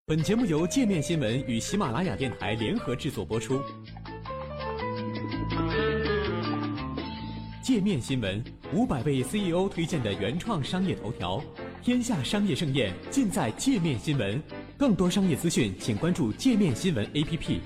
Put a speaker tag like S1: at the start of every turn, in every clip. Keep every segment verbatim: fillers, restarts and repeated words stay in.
S1: 本节目由界面新闻与喜马拉雅电台联合制作播出。界面新闻五百位 C E O 推荐的原创商业头条，天下商业盛宴尽在界面新闻。更多商业资讯，请关注界面新闻 A P P。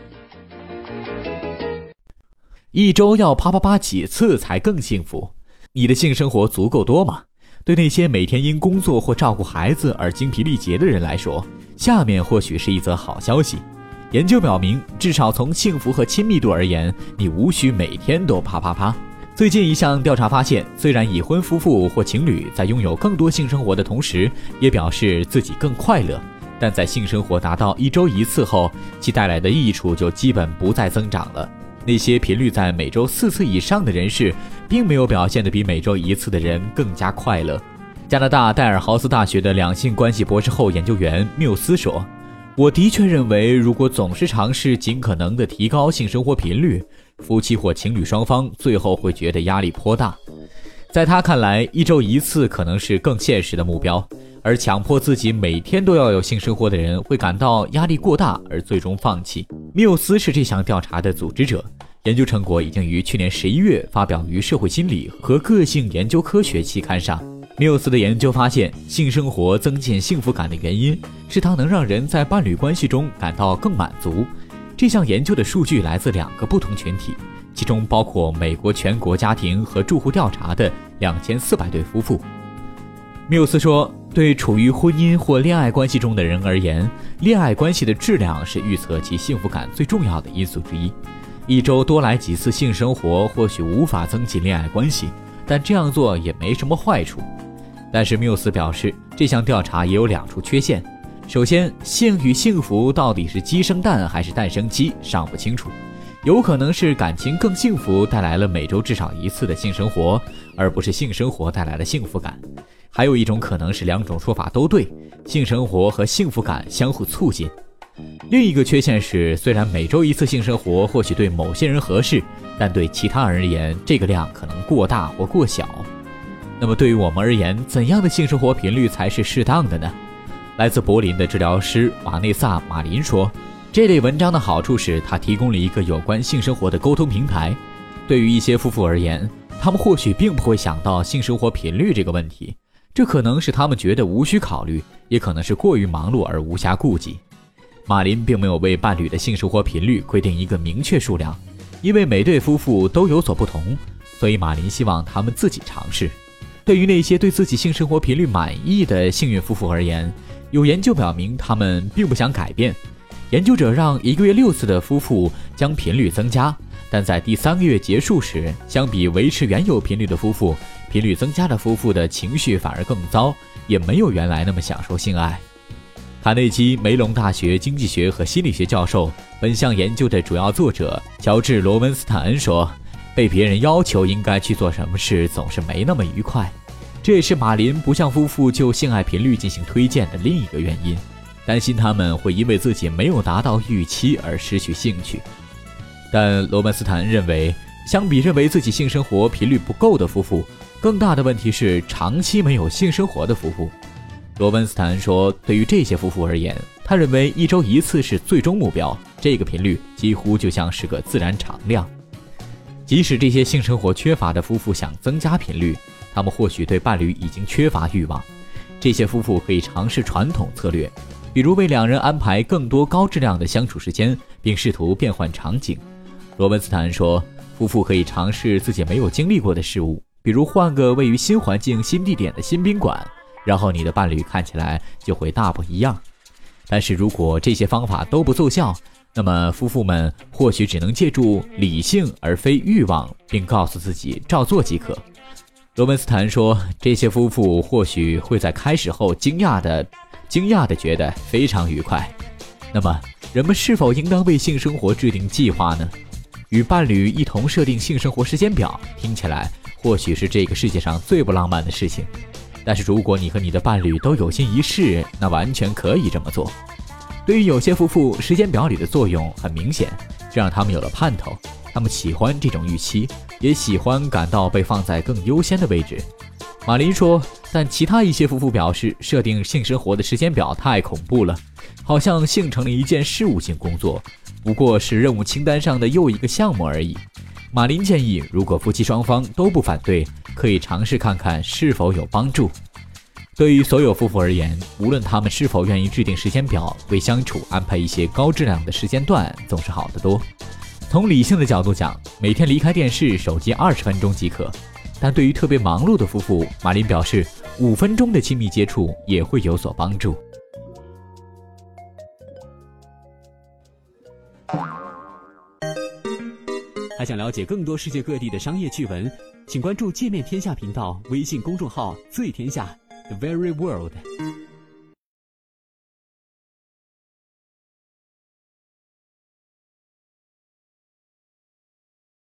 S1: 一周要啪啪啪几次才更幸福？你的性生活足够多吗？对那些每天因工作或照顾孩子而精疲力竭的人来说，下面或许是一则好消息。研究表明，至少从幸福和亲密度而言，你无需每天都啪啪啪。最近一项调查发现，虽然已婚夫妇或情侣在拥有更多性生活的同时，也表示自己更快乐，但在性生活达到一周一次后，其带来的益处就基本不再增长了。那些频率在每周四次以上的人士，并没有表现得比每周一次的人更加快乐。加拿大戴尔豪斯大学的两性关系博士后研究员缪斯说，我的确认为，如果总是尝试尽可能地提高性生活频率，夫妻或情侣双方最后会觉得压力颇大。在他看来，一周一次可能是更现实的目标，而强迫自己每天都要有性生活的人会感到压力过大而最终放弃。缪斯是这项调查的组织者，研究成果已经于去年十一月发表于社会心理和个性研究科学期刊上。缪斯的研究发现，性生活增进幸福感的原因是它能让人在伴侣关系中感到更满足。这项研究的数据来自两个不同群体，其中包括美国全国家庭和住户调查的两千四百对夫妇。缪斯说，对处于婚姻或恋爱关系中的人而言，恋爱关系的质量是预测其幸福感最重要的因素之一。一周多来几次性生活或许无法增进恋爱关系，但这样做也没什么坏处。但是缪斯表示，这项调查也有两处缺陷。首先，性与幸福到底是鸡生蛋还是蛋生鸡尚不清楚，有可能是感情更幸福带来了每周至少一次的性生活，而不是性生活带来了幸福感。还有一种可能是两种说法都对，性生活和幸福感相互促进。另一个缺陷是，虽然每周一次性生活或许对某些人合适，但对其他人而言，这个量可能过大或过小。那么对于我们而言，怎样的性生活频率才是适当的呢？来自柏林的治疗师瓦内萨·马林说，这类文章的好处是它提供了一个有关性生活的沟通平台。对于一些夫妇而言，他们或许并不会想到性生活频率这个问题，这可能是他们觉得无需考虑，也可能是过于忙碌而无暇顾及。马林并没有为伴侣的性生活频率规定一个明确数量，因为每对夫妇都有所不同，所以马林希望他们自己尝试。对于那些对自己性生活频率满意的幸运夫妇而言，有研究表明他们并不想改变。研究者让一个月六次的夫妇将频率增加，但在第三个月结束时，相比维持原有频率的夫妇，频率增加的夫妇的情绪反而更糟，也没有原来那么享受性爱。卡内基梅隆大学经济学和心理学教授、本项研究的主要作者乔治·罗文斯坦恩说，被别人要求应该去做什么事总是没那么愉快，这也是马林不向夫妇就性爱频率进行推荐的另一个原因，担心他们会因为自己没有达到预期而失去兴趣。但罗文斯坦认为，相比认为自己性生活频率不够的夫妇，更大的问题是长期没有性生活的夫妇。罗文斯坦说，对于这些夫妇而言，他认为一周一次是最终目标，这个频率几乎就像是个自然常量。即使这些性生活缺乏的夫妇想增加频率，他们或许对伴侣已经缺乏欲望。这些夫妇可以尝试传统策略，比如为两人安排更多高质量的相处时间，并试图变换场景。罗文斯坦说，夫妇可以尝试自己没有经历过的事物，比如换个位于新环境、新地点的新宾馆，然后你的伴侣看起来就会大不一样。但是如果这些方法都不奏效，那么夫妇们或许只能借助理性而非欲望，并告诉自己照做即可。罗文斯坦说，这些夫妇或许会在开始后惊讶的惊讶的觉得非常愉快。那么人们是否应当为性生活制定计划呢？与伴侣一同设定性生活时间表，听起来或许是这个世界上最不浪漫的事情，但是如果你和你的伴侣都有心一试，那完全可以这么做。对于有些夫妇，时间表里的作用很明显，这让他们有了盼头，他们喜欢这种预期，也喜欢感到被放在更优先的位置。 马林说，但其他一些夫妇表示，设定性生活的时间表太恐怖了，好像性成了一件事务性工作，不过是任务清单上的又一个项目而已。马林建议，如果夫妻双方都不反对，可以尝试看看是否有帮助。对于所有夫妇而言，无论他们是否愿意制定时间表，为相处安排一些高质量的时间段总是好得多。从理性的角度讲，每天离开电视、手机二十分钟即可。但对于特别忙碌的夫妇，马林表示，五分钟的亲密接触也会有所帮助。
S2: 还想了解更多世界各地的商业趣闻，请关注界面天下频道微信公众号“最天下 The Very World”。